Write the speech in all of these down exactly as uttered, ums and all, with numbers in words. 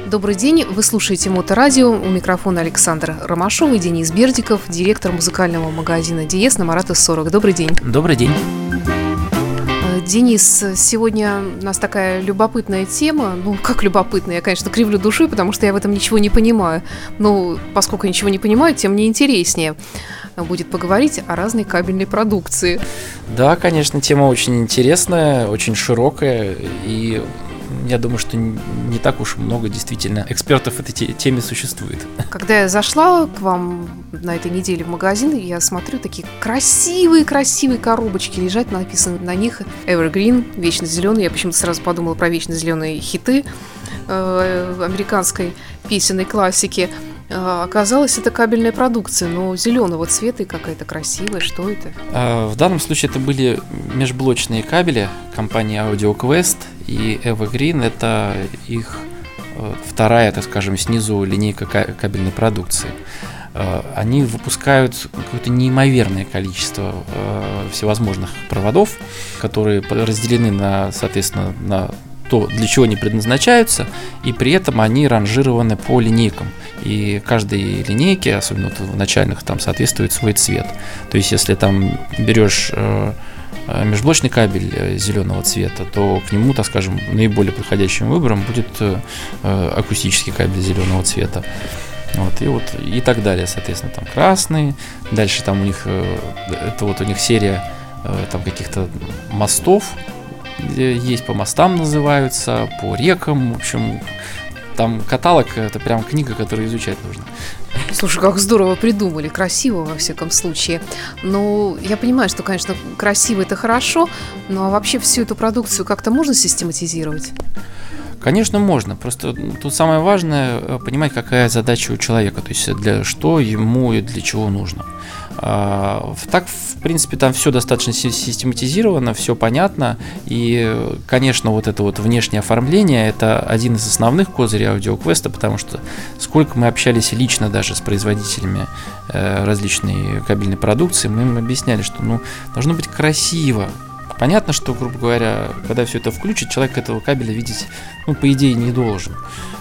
Добрый день, вы слушаете Моторадио, у микрофона Александр Ромашов и Денис Бердиков, директор музыкального магазина Диез на Марата сорок. Добрый день. Добрый день. Денис, сегодня у нас такая любопытная тема. Ну, как любопытная? Я, конечно, кривлю душой, потому что я в этом ничего не понимаю. Но поскольку я ничего не понимаю, тем мне интереснее будет поговорить о разной кабельной продукции. Да, конечно, тема очень интересная, очень широкая, и я думаю, что не так уж много действительно экспертов в этой теме существует. Когда я зашла к вам на этой неделе в магазин, я смотрю, такие красивые-красивые коробочки лежат, написано на них Evergreen, вечно зеленый. Я почему-то сразу подумала про вечно зеленые хиты э, американской песенной классики. А, оказалось, это кабельная продукция, но зеленого цвета и какая-то красивая. Что это? В данном случае это были межблочные кабели компании AudioQuest, и Evergreen – это их вторая, так скажем, снизу линейка кабельной продукции. Они выпускают какое-то неимоверное количество всевозможных проводов, которые разделены на, соответственно, на то, для чего они предназначаются, и при этом они ранжированы по линейкам. И каждой линейке, особенно вот в начальных, там соответствует свой цвет. То есть, если там берешь э, межблочный кабель зеленого цвета, то к нему, так скажем, наиболее подходящим выбором будет э, акустический кабель зеленого цвета. Вот, и вот и так далее, соответственно, там красный. Дальше там у них э, это вот у них серия э, там каких-то мостов. Есть по мостам называются, по рекам, в общем, там каталог, это прям книга, которую изучать нужно. Слушай, как здорово придумали, красиво во всяком случае. Ну, я понимаю, что, конечно, красиво это хорошо, но вообще всю эту продукцию как-то можно систематизировать? Конечно, можно. Просто тут самое важное понимать, какая задача у человека, то есть для что ему и для чего нужно. А, так, в принципе, там все достаточно систематизировано, все понятно. И, конечно, вот это вот внешнее оформление – это один из основных козырей AudioQuest, потому что сколько мы общались лично даже с производителями э, различной кабельной продукции, мы им объясняли, что ну, должно быть красиво. Понятно, что, грубо говоря, когда все это включит, человек этого кабеля видеть, ну, по идее, не должен.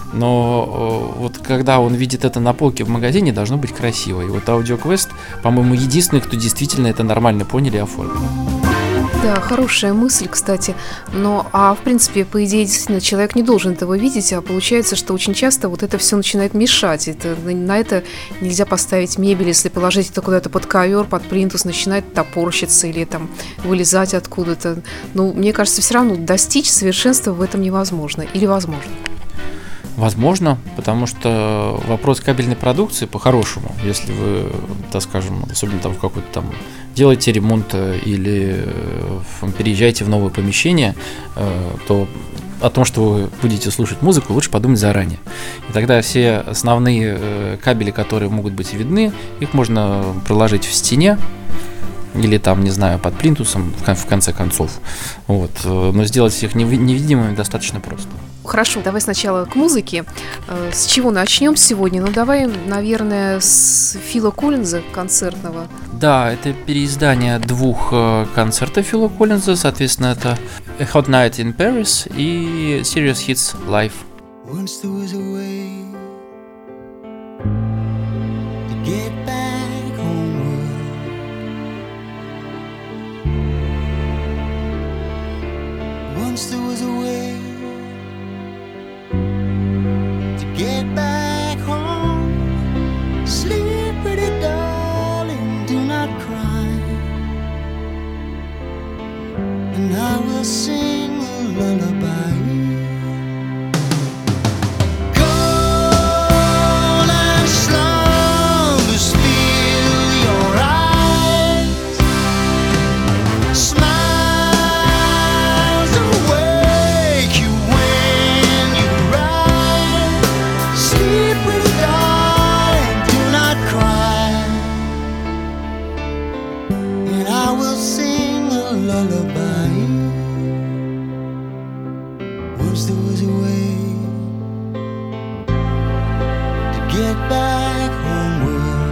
Но э, вот когда он видит это на полке в магазине, должно быть красиво. И вот AudioQuest, по-моему, единственный, кто действительно это нормально поняли и оформили. Да, хорошая мысль, кстати. Но, а в принципе, по идее, действительно, человек не должен этого видеть, а получается, что очень часто вот это все начинает мешать. Это, на это нельзя поставить мебель, если положить это куда-то под ковер, под плинтус, начинает топорщиться или там вылезать откуда-то. Ну, мне кажется, все равно достичь совершенства в этом невозможно. Или возможно? Возможно, потому что вопрос кабельной продукции по-хорошему, если вы, так скажем, особенно там в какой-то там делаете ремонт или переезжаете в новое помещение, то о том, что вы будете слушать музыку, лучше подумать заранее. И тогда все основные кабели, которые могут быть видны, их можно проложить в стене или там, не знаю, под плинтусом, в конце концов. Вот. Но сделать их невидимыми достаточно просто. Хорошо, давай сначала к музыке. С чего начнем сегодня? Ну, давай, наверное, с Фила Коллинза концертного. Да, это переиздание двух концертов Фила Коллинза. Соответственно, это A Hot Night in Paris и Serious Hits Live. Once there was a way to get back homeward. Once there was a way get back home. Sleep, pretty darling, do not cry, and I will sing a lullaby. Cold and slumbers fill your eyes, smiles awake you when you rise. Sleep, pretty darling, do not cry, and I will sing a lullaby. Once there was a way to get back homeward.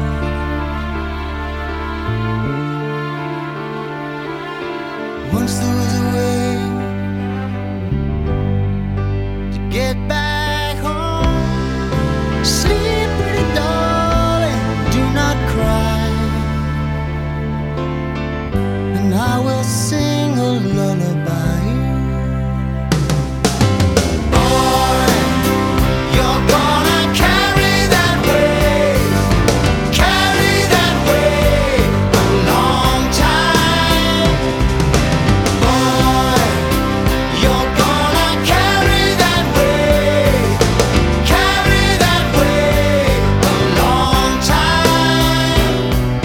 Once there was a way to get back home. I will sing a lullaby. Boy, you're gonna carry that weight, carry that weight a long time. Boy, you're gonna carry that weight, carry that weight a long time.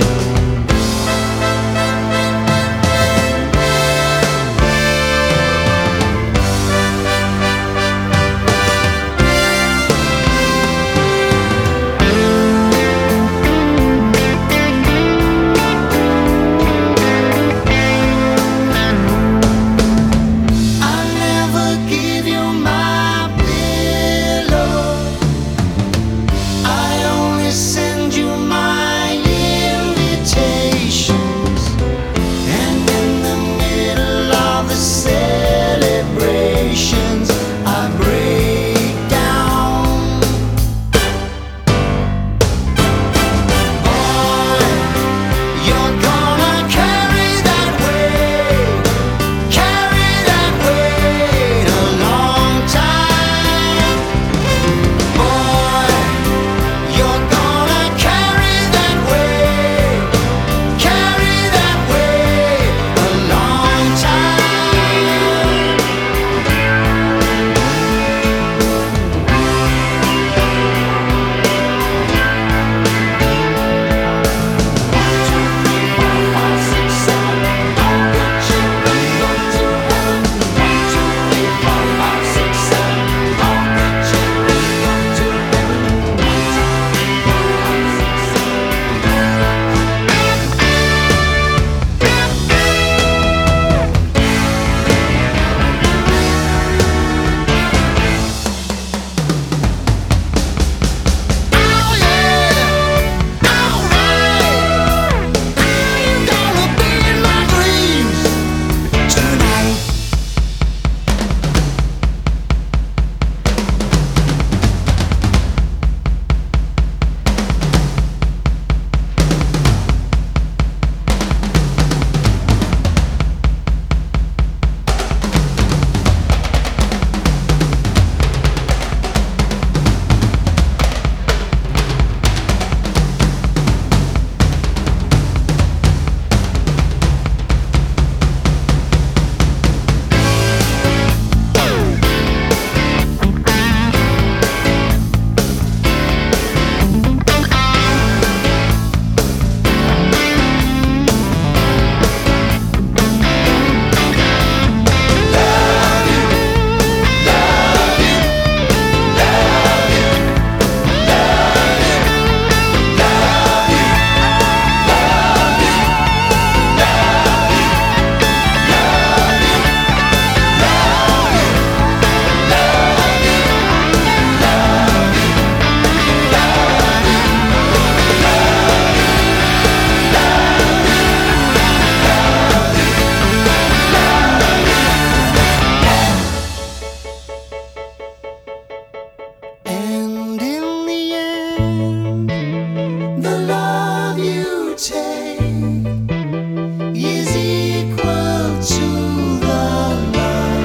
I never give you my pillow, I only send you my invitations. And in the middle of the celebrations, I break down. Boy, you're gonna carry that weight, carry that weight a long time. Boy, you're gonna carry that weight, carry that weight a long time. Oh yeah, alright. You're gonna be in my dreams tonight. And in the end, the love you take is equal to the love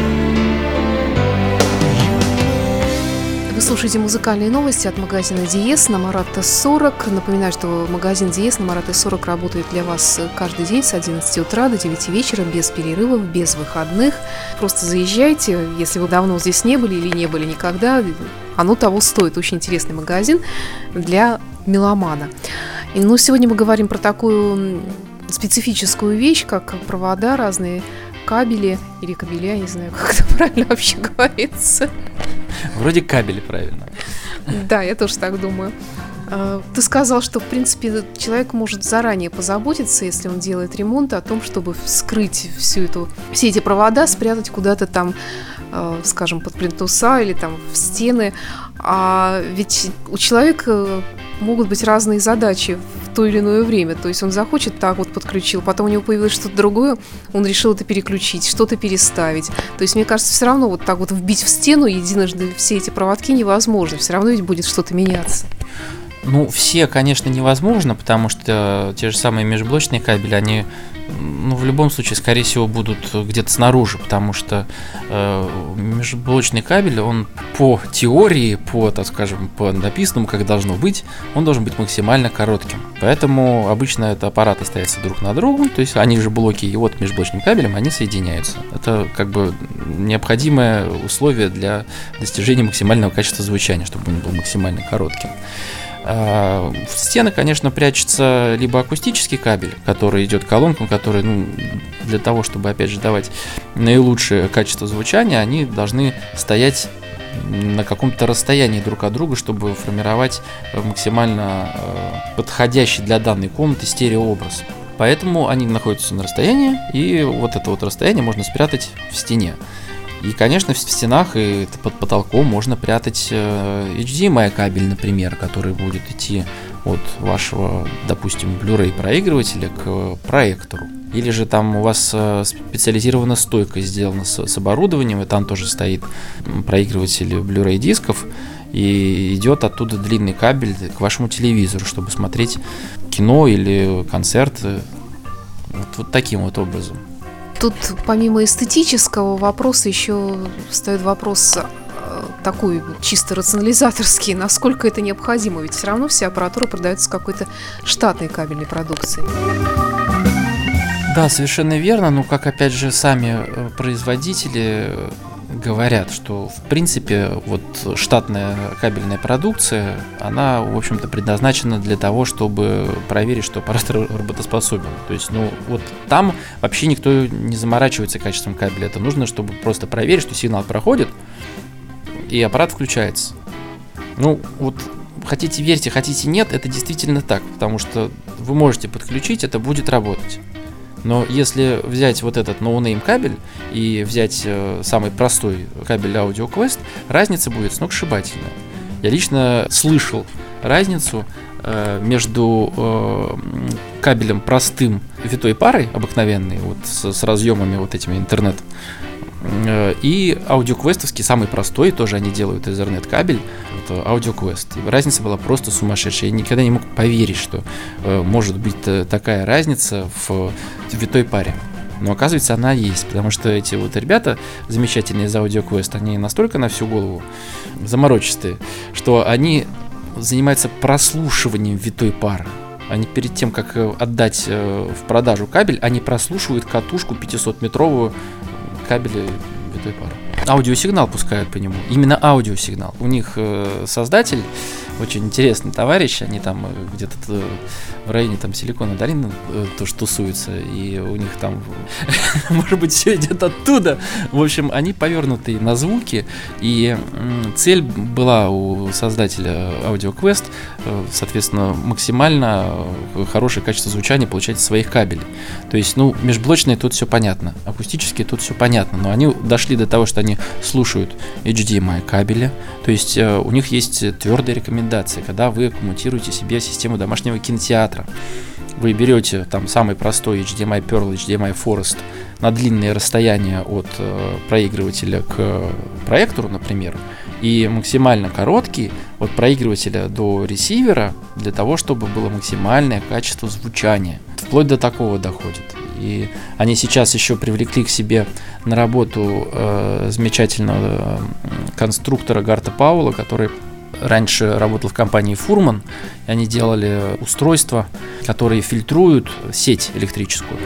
you make. Вы слушаете музыкальные новости от магазина Диез на Марата сорок. Напоминаю, что магазин Диез на Марата сорок работает для вас каждый день с одиннадцати утра до девяти вечера, без перерывов, без выходных. Просто заезжайте, если вы давно здесь не были или не были никогда. Оно того стоит. Очень интересный магазин для меломана. И, ну, сегодня мы говорим про такую специфическую вещь, как провода, разные кабели или кабеля, я не знаю, как это правильно вообще говорится. Вроде кабели, правильно. Да, я тоже так думаю. Ты сказал, что, в принципе, человек может заранее позаботиться, если он делает ремонт, о том, чтобы вскрыть всю эту, все эти провода, спрятать куда-то там, скажем, под плинтуса или там в стены. А ведь у человека могут быть разные задачи в то или иное время. То есть он захочет, так вот подключил, потом у него появилось что-то другое, он решил это переключить, что-то переставить. То есть, мне кажется, все равно вот так вот вбить в стену единожды все эти проводки невозможно. Все равно ведь будет что-то меняться. Ну, все, конечно, невозможно, потому что те же самые межблочные кабели, они ну, в любом случае, скорее всего, будут где-то снаружи, потому что э, межблочный кабель, он по теории, по, так скажем, по написанному, как должно быть, он должен быть максимально коротким. Поэтому обычно это аппараты ставятся друг на друга, то есть они же блоки, и вот межблочным кабелем они соединяются. Это как бы необходимое условие для достижения максимального качества звучания, чтобы он был максимально коротким. В стены, конечно, прячется либо акустический кабель, который идет колонкам, который, ну, для того, чтобы, опять же, давать наилучшее качество звучания, они должны стоять на каком-то расстоянии друг от друга, чтобы формировать максимально подходящий для данной комнаты стереообраз. Поэтому они находятся на расстоянии, и вот это вот расстояние можно спрятать в стене. И, конечно, в стенах и под потолком можно прятать эйч ди эм ай кабель, например, который будет идти от вашего, допустим, Blu-ray проигрывателя к проектору. Или же там у вас специализированная стойка сделана с, с оборудованием, и там тоже стоит проигрыватель Blu-ray дисков, и идет оттуда длинный кабель к вашему телевизору, чтобы смотреть кино или концерт вот, вот таким вот образом. Тут помимо эстетического вопроса еще встает вопрос такой чисто рационализаторский, насколько это необходимо, ведь все равно вся аппаратура продается с какой-то штатной кабельной продукцией. Да, совершенно верно, но как опять же сами производители говорят, что в принципе вот штатная кабельная продукция, она в общем-то предназначена для того, чтобы проверить, что аппарат работоспособен. То есть, ну вот там вообще никто не заморачивается качеством кабеля. Это нужно, чтобы просто проверить, что сигнал проходит и аппарат включается. Ну вот хотите верьте, хотите нет, это действительно так, потому что вы можете подключить, это будет работать. Но если взять вот этот no-name кабель и взять э, самый простой кабель AudioQuest, разница будет сногсшибательная. Я лично слышал разницу э, между э, кабелем простым витой парой, обыкновенной, вот с, с разъемами вот этими интернет, э, и AudioQuest-овский, самый простой, тоже они делают Ethernet кабель, вот, AudioQuest. И разница была просто сумасшедшая. Я никогда не мог поверить, что э, может быть такая разница в витой паре. Но оказывается, она есть, потому что эти вот ребята замечательные из AudioQuest, они настолько на всю голову заморочистые, что они занимаются прослушиванием витой пары. Они перед тем, как отдать в продажу кабель, они прослушивают катушку пятисотметровую кабеля витой пары. Аудиосигнал пускают по нему, именно аудиосигнал. У них э, создатель, очень интересный товарищ, они там э, где-то э, в районе там Силиконовой долины э, тоже тусуются, и у них там, может быть, все идет оттуда. В общем, они повернутые на звуки, и э, цель была у создателя AudioQuest, э, соответственно, максимально э, хорошее качество звучания получать из своих кабелей. То есть, ну, межблочные тут все понятно, акустические тут все понятно, но они дошли до того, что они слушают эйч ди эм ай кабеля, то есть э, у них есть твердые рекомендации, когда вы коммутируете себе систему домашнего кинотеатра. Вы берете там самый простой эйч ди эм ай Pearl, эйч ди эм ай Forest на длинные расстояния от э, проигрывателя к проектору, например, и максимально короткий от проигрывателя до ресивера для того, чтобы было максимальное качество звучания. Вплоть до такого доходит. И они сейчас еще привлекли к себе на работу э, замечательного конструктора Гарта Пауэлла, который раньше работал в компании Furman, и они делали устройства, которые фильтруют сеть электрическую.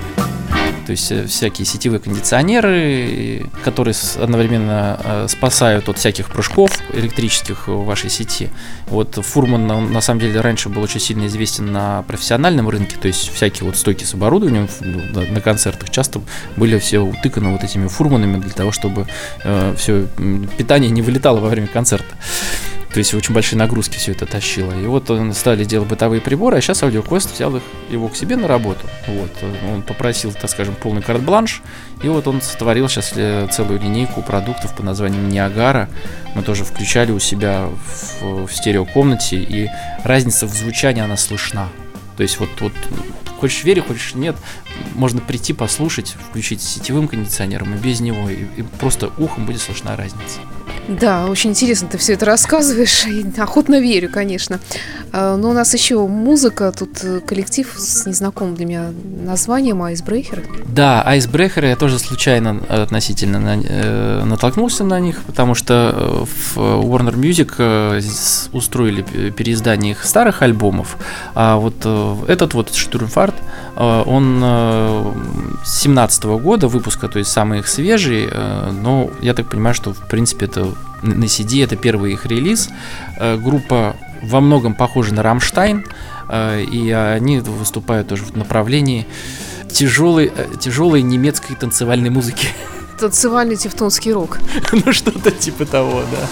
То есть всякие сетевые кондиционеры, которые одновременно спасают от всяких прыжков электрических в вашей сети. Вот Furman на самом деле раньше был очень сильно известен на профессиональном рынке, то есть всякие вот стойки с оборудованием на концертах часто были все утыканы вот этими Фурманами для того, чтобы все питание не вылетало во время концерта. То есть очень большие нагрузки все это тащило. И вот он стали делать бытовые приборы, а сейчас AudioQuest взял их, его к себе на работу. Вот. Он попросил, так скажем, полный карт-бланш, и вот он сотворил сейчас целую линейку продуктов под названием Ниагара. Мы тоже включали у себя в, в стереокомнате, и разница в звучании, она слышна. То есть вот, вот хочешь верь, хочешь нет, можно прийти послушать, включить сетевым кондиционером и без него, и, и просто ухом будет слышна разница. Да, очень интересно ты все это рассказываешь, и охотно верю, конечно. А, Но у нас еще музыка, тут э, коллектив с незнакомым для меня названием Icebreaker. Да, Icebreaker, я тоже случайно относительно на- э, натолкнулся на них, потому что э, в Warner Music э, с- устроили п- переиздание их старых альбомов, а вот э, этот вот Штурмфарт, э, он э, с семнадцатого года выпуска, то есть самый их свежий, э, но я так понимаю, что в принципе это на си ди, это первый их релиз. Э, Группа во многом похожа на Рамштайн, э, и они выступают тоже в направлении тяжелой, э, тяжелой немецкой танцевальной музыки. Танцевальный тевтонский рок. Ну, что-то типа того, да.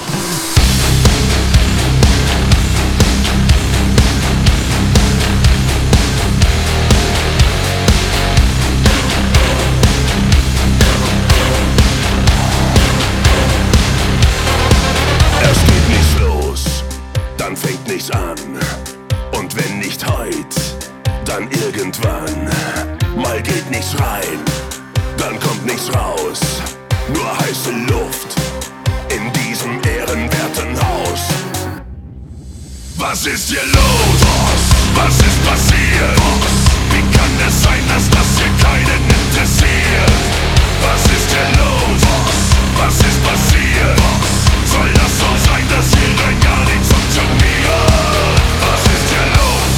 Es geht nicht los, dann fängt nichts an. Und wenn nicht heut, dann irgendwann. Mal geht nichts rein, dann kommt nichts raus. Nur heiße Luft in diesem ehrenwerten Haus. Was ist hier los? Was ist passiert? Wie kann es sein, dass das hier keinen interessiert? Was ist hier los? Was ist passiert? Soll das so sein, dass hier rein gar nichts funktioniert? Was ist hier los?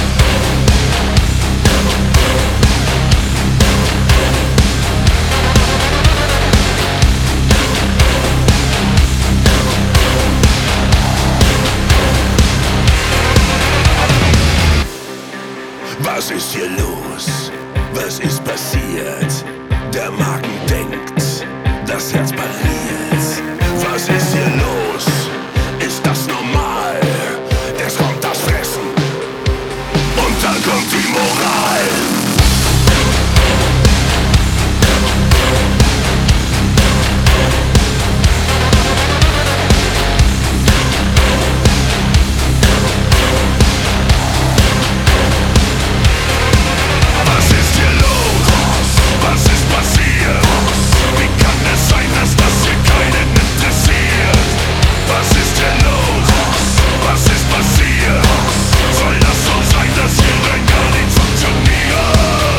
Was ist hier los? Was ist passiert? Der Magen denkt, das Herz pariert. Was ist hier los? Ist das normal? Erst kommt das Fressen und dann kommt die Moral. Was ist hier los? Was ist passiert? Wie kann es sein, dass das hier keinen interessiert? Was ist hier los? Was ist passiert? Soll das so sein, dass hier rein gar nichts funktioniert?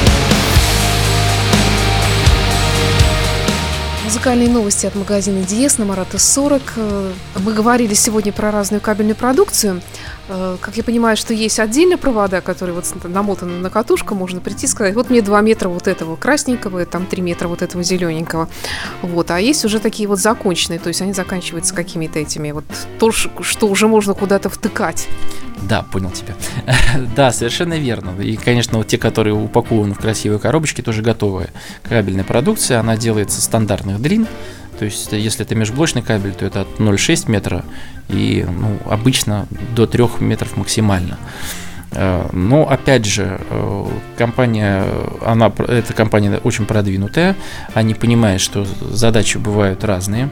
Музыкальные новости от магазина Диез на Марата сорок. Э, Мы говорили сегодня про разную кабельную продукцию. Э, Как я понимаю, что есть отдельно провода, которые вот с- намотаны на катушку, можно прийти и сказать, вот мне два метра вот этого красненького, там три метра вот этого зелененького. Вот. А есть уже такие вот законченные, то есть они заканчиваются какими-то этими вот, то, ш- что уже можно куда-то втыкать. Да, понял тебя. Да, совершенно верно. И, конечно, вот те, которые упакованы в красивые коробочки, тоже готовая кабельная продукция. Она делается стандартных длин. То есть, если это межблочный кабель, то это от ноль целых шесть метра и ну, обычно до трёх метров максимально. Э, Но опять же, э, компания, она, пр- эта компания очень продвинутая. Они понимают, что задачи бывают разные.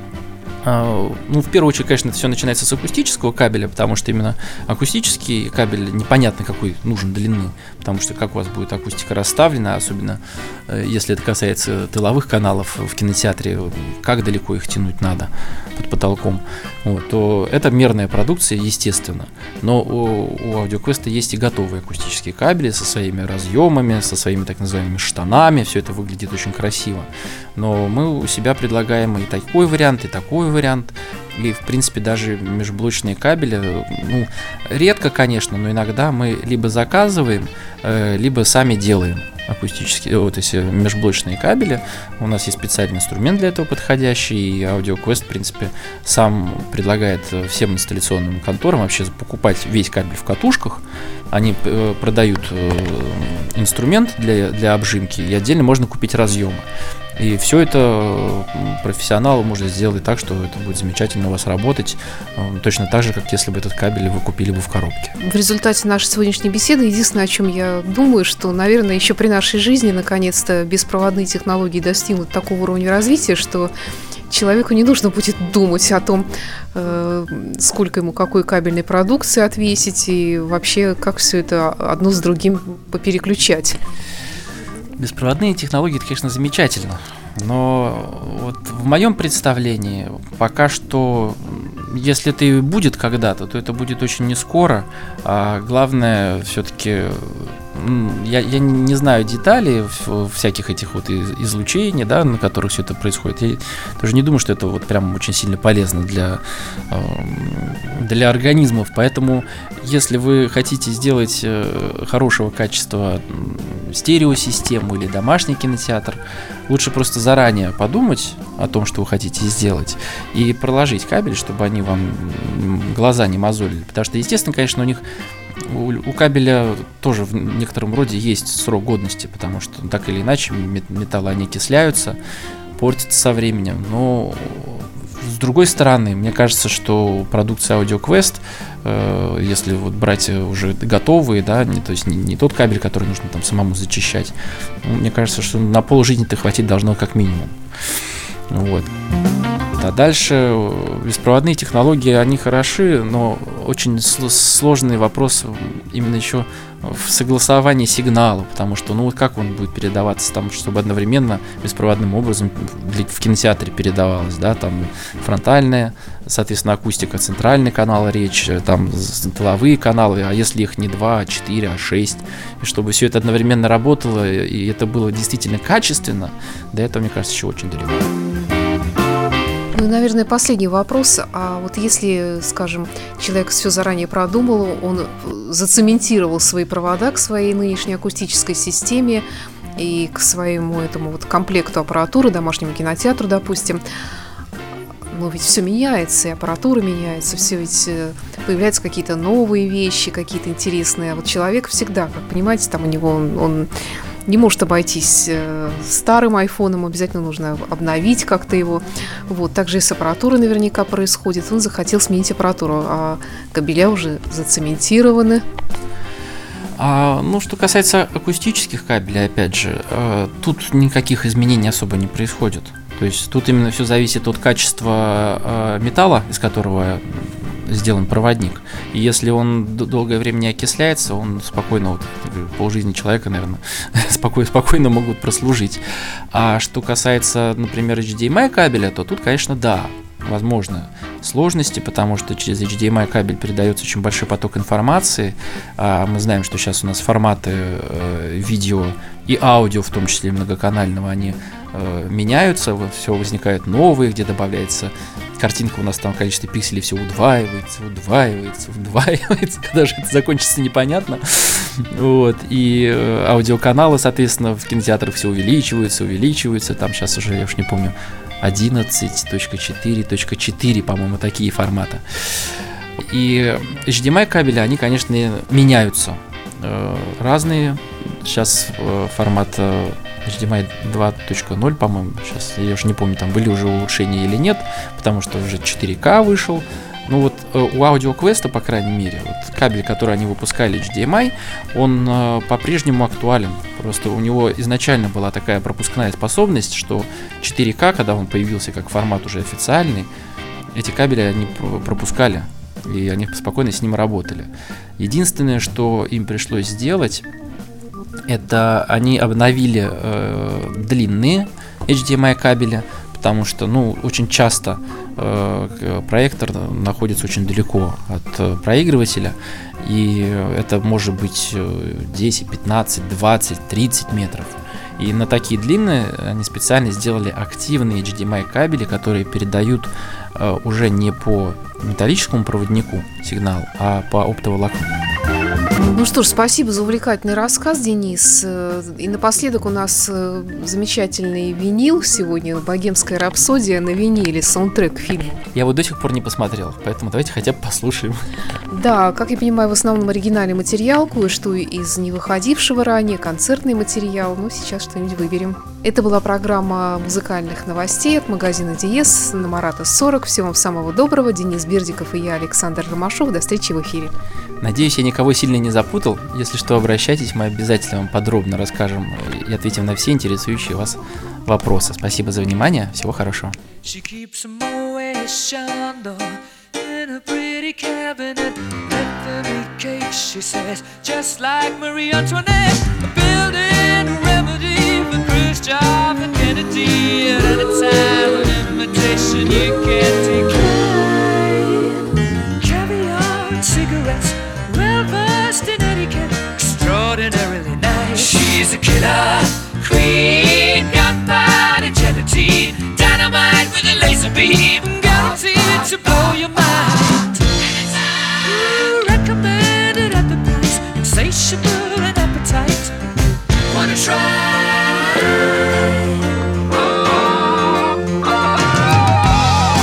А, Ну, в первую очередь, конечно, это все начинается с акустического кабеля, потому что именно акустический кабель непонятно какой нужен длины, потому что как у вас будет акустика расставлена, особенно э, если это касается тыловых каналов в кинотеатре, как далеко их тянуть надо под потолком, вот, то это мерная продукция, естественно. Но у, у AudioQuest есть и готовые акустические кабели со своими разъемами, со своими так называемыми штанами, все это выглядит очень красиво. Но мы у себя предлагаем и такой вариант, и такой вариант. И, в принципе, даже межблочные кабели, ну, редко, конечно, но иногда мы либо заказываем, э, либо сами делаем акустические, вот эти межблочные кабели. У нас есть специальный инструмент для этого подходящий, и AudioQuest, в принципе, сам предлагает всем инсталляционным конторам вообще покупать весь кабель в катушках. Они э, продают э, инструмент для, для обжимки, и отдельно можно купить разъемы. И все это профессионалу может сделать так, что это будет замечательно у вас работать, э, точно так же, как если бы этот кабель вы купили бы в коробке. В результате нашей сегодняшней беседы единственное, о чем я думаю, что, наверное, еще при нашей жизни наконец-то беспроводные технологии достигнут такого уровня развития, что человеку не нужно будет думать о том, э, сколько ему какой кабельной продукции отвесить и вообще как все это одно с другим попереключать. Беспроводные технологии, это, конечно, замечательно. Но вот в моем представлении пока что, если это и будет когда-то, то это будет очень не скоро. А главное, все-таки, я, я не знаю деталей всяких этих вот излучений, да, на которых все это происходит. Я тоже не думаю, что это вот прям очень сильно полезно для, для организмов. Поэтому, если вы хотите сделать хорошего качества стереосистему или домашний кинотеатр, лучше просто заранее подумать о том, что вы хотите сделать, и проложить кабель, чтобы они вам глаза не мозолили. Потому что, естественно, конечно, у них у, у кабеля тоже в некотором роде есть срок годности, потому что так или иначе металлы они окисляются, портятся со временем. Но с другой стороны, мне кажется, что продукция AudioQuest, э, если вот брать уже готовые, да, не, то есть не, не тот кабель, который нужно там самому зачищать, ну, мне кажется, что на полжизни-то хватить должно как минимум. Вот. А дальше беспроводные технологии, они хороши, но очень сложный вопрос именно еще в согласовании сигнала, потому что, ну, как он будет передаваться там, чтобы одновременно беспроводным образом в кинотеатре передавалось, да, там фронтальная, соответственно, акустика, центральный канал речь, там тыловые каналы, а если их не два, а четыре, а шесть, и чтобы все это одновременно работало, и это было действительно качественно, до этого, мне кажется, еще очень далеко. Ну и, наверное, последний вопрос. А вот если, скажем, человек все заранее продумал, он зацементировал свои провода к своей нынешней акустической системе и к своему этому вот комплекту аппаратуры, домашнему кинотеатру, допустим, но ведь все меняется, и аппаратура меняется, все ведь появляются какие-то новые вещи, какие-то интересные. А вот человек всегда, как понимаете, там у него он, он не может обойтись старым айфоном, обязательно нужно обновить как-то его. Вот, также и с аппаратурой наверняка происходит. Он захотел сменить аппаратуру, а кабеля уже зацементированы. А, ну, что касается акустических кабелей, опять же, тут никаких изменений особо не происходит. То есть тут именно все зависит от качества металла, из которого сделан проводник. И если он долгое время не окисляется, он спокойно, вот, полжизни человека, наверное, спокойно, спокойно могут прослужить. А что касается, например, эйч ди эм ай кабеля, то тут, конечно, да, возможно сложности, потому что через эйч ди эм ай кабель передается очень большой поток информации. А мы знаем, что сейчас у нас форматы э, видео и аудио, в том числе многоканального, они э, меняются, вот, все возникают новые, где добавляется картинка, у нас там количество пикселей все удваивается, удваивается, удваивается, когда же это закончится, непонятно. Вот. И э, аудиоканалы, соответственно, в кинотеатрах все увеличиваются, увеличиваются, там сейчас уже, я уж не помню, одиннадцать точка четыре точка четыре, по-моему, такие форматы. И эйч ди эм ай кабели, они, конечно, меняются. Э, разные. Сейчас э, формат э, эйч ди эм ай два точка ноль, по-моему, сейчас я уже не помню, там были уже улучшения или нет, потому что уже четыре ка вышел. Ну вот э, у AudioQuest, по крайней мере, вот кабель, который они выпускали, эйч ди эм ай, он э, по-прежнему актуален. Просто у него изначально была такая пропускная способность, что четыре ка, когда он появился как формат уже официальный, эти кабели они пропускали, и они спокойно с ним работали. Единственное, что им пришлось сделать, это они обновили э, длинные эйч ди эм ай кабели, потому что, ну, очень часто э, проектор находится очень далеко от э, проигрывателя, и это может быть десять, пятнадцать, двадцать, тридцать метров. И на такие длинные они специально сделали активные эйч ди эм ай кабели, которые передают э, уже не по металлическому проводнику сигнал, а по оптоволокну. Ну что ж, спасибо за увлекательный рассказ, Денис. И напоследок у нас замечательный винил сегодня, «Богемская рапсодия» на виниле, саундтрек к фильму. Я вот до сих пор не посмотрел, поэтому давайте хотя бы послушаем. Да, как я понимаю, в основном оригинальный материал, кое-что из не выходившего ранее, концертный материал, ну сейчас что-нибудь выберем. Это была программа музыкальных новостей от магазина Диез на Марата сорок. Всего вам самого доброго. Денис Бердиков и я, Александр Ромашов. До встречи в эфире. Надеюсь, я никого сильно не запутал. Если что, обращайтесь, мы обязательно вам подробно расскажем и ответим на все интересующие вас вопросы. Спасибо за внимание. Всего хорошего. She says, just like Marie Antoinette, building a remedy for Khrushchev and Kennedy. At any time, an invitation you can't decline. Caviar and cigarettes, well versed in etiquette, extraordinarily nice. She's a killer queen, gunpowder gelatine, dynamite with a laser beam, guaranteed to blow your mind. Ooh, recommended at the price, insatiable and appetite. Wanna try? Oh, oh, oh.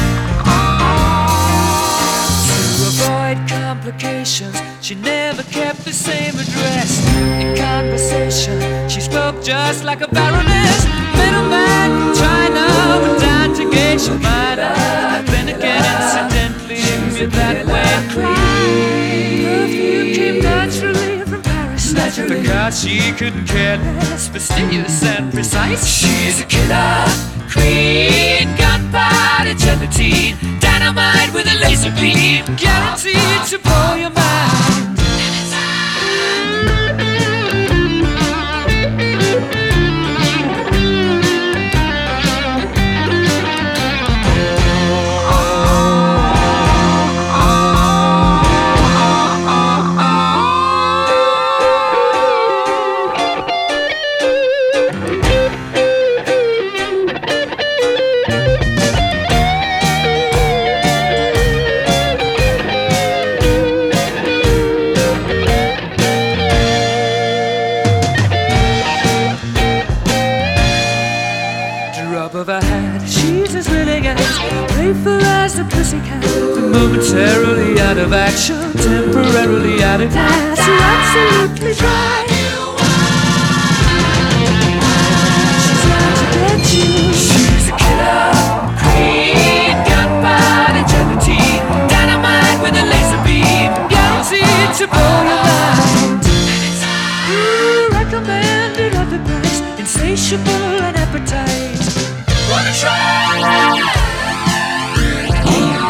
To avoid complications, she never kept the same address. In conversation, she spoke just like a baroness. Middleman from China went down to Geisha Minor. Then again, incidentally, with that way perfume came naturally from Paris. Naturally. Because she couldn't care less, fastidious and precise. She's a killer queen, gunpowder gelatine, dynamite with a laser beam, guaranteed to blow your mind. Playful as a pussycat, momentarily out of action, temporarily out of gas, so absolutely dry. She's out to get you. She's a killer queen, gunpowder gelatine, dynamite with a laser beam, guaranteed to blow your mind. Ooh, recommended at the price, insatiable and appetite. Wanna try?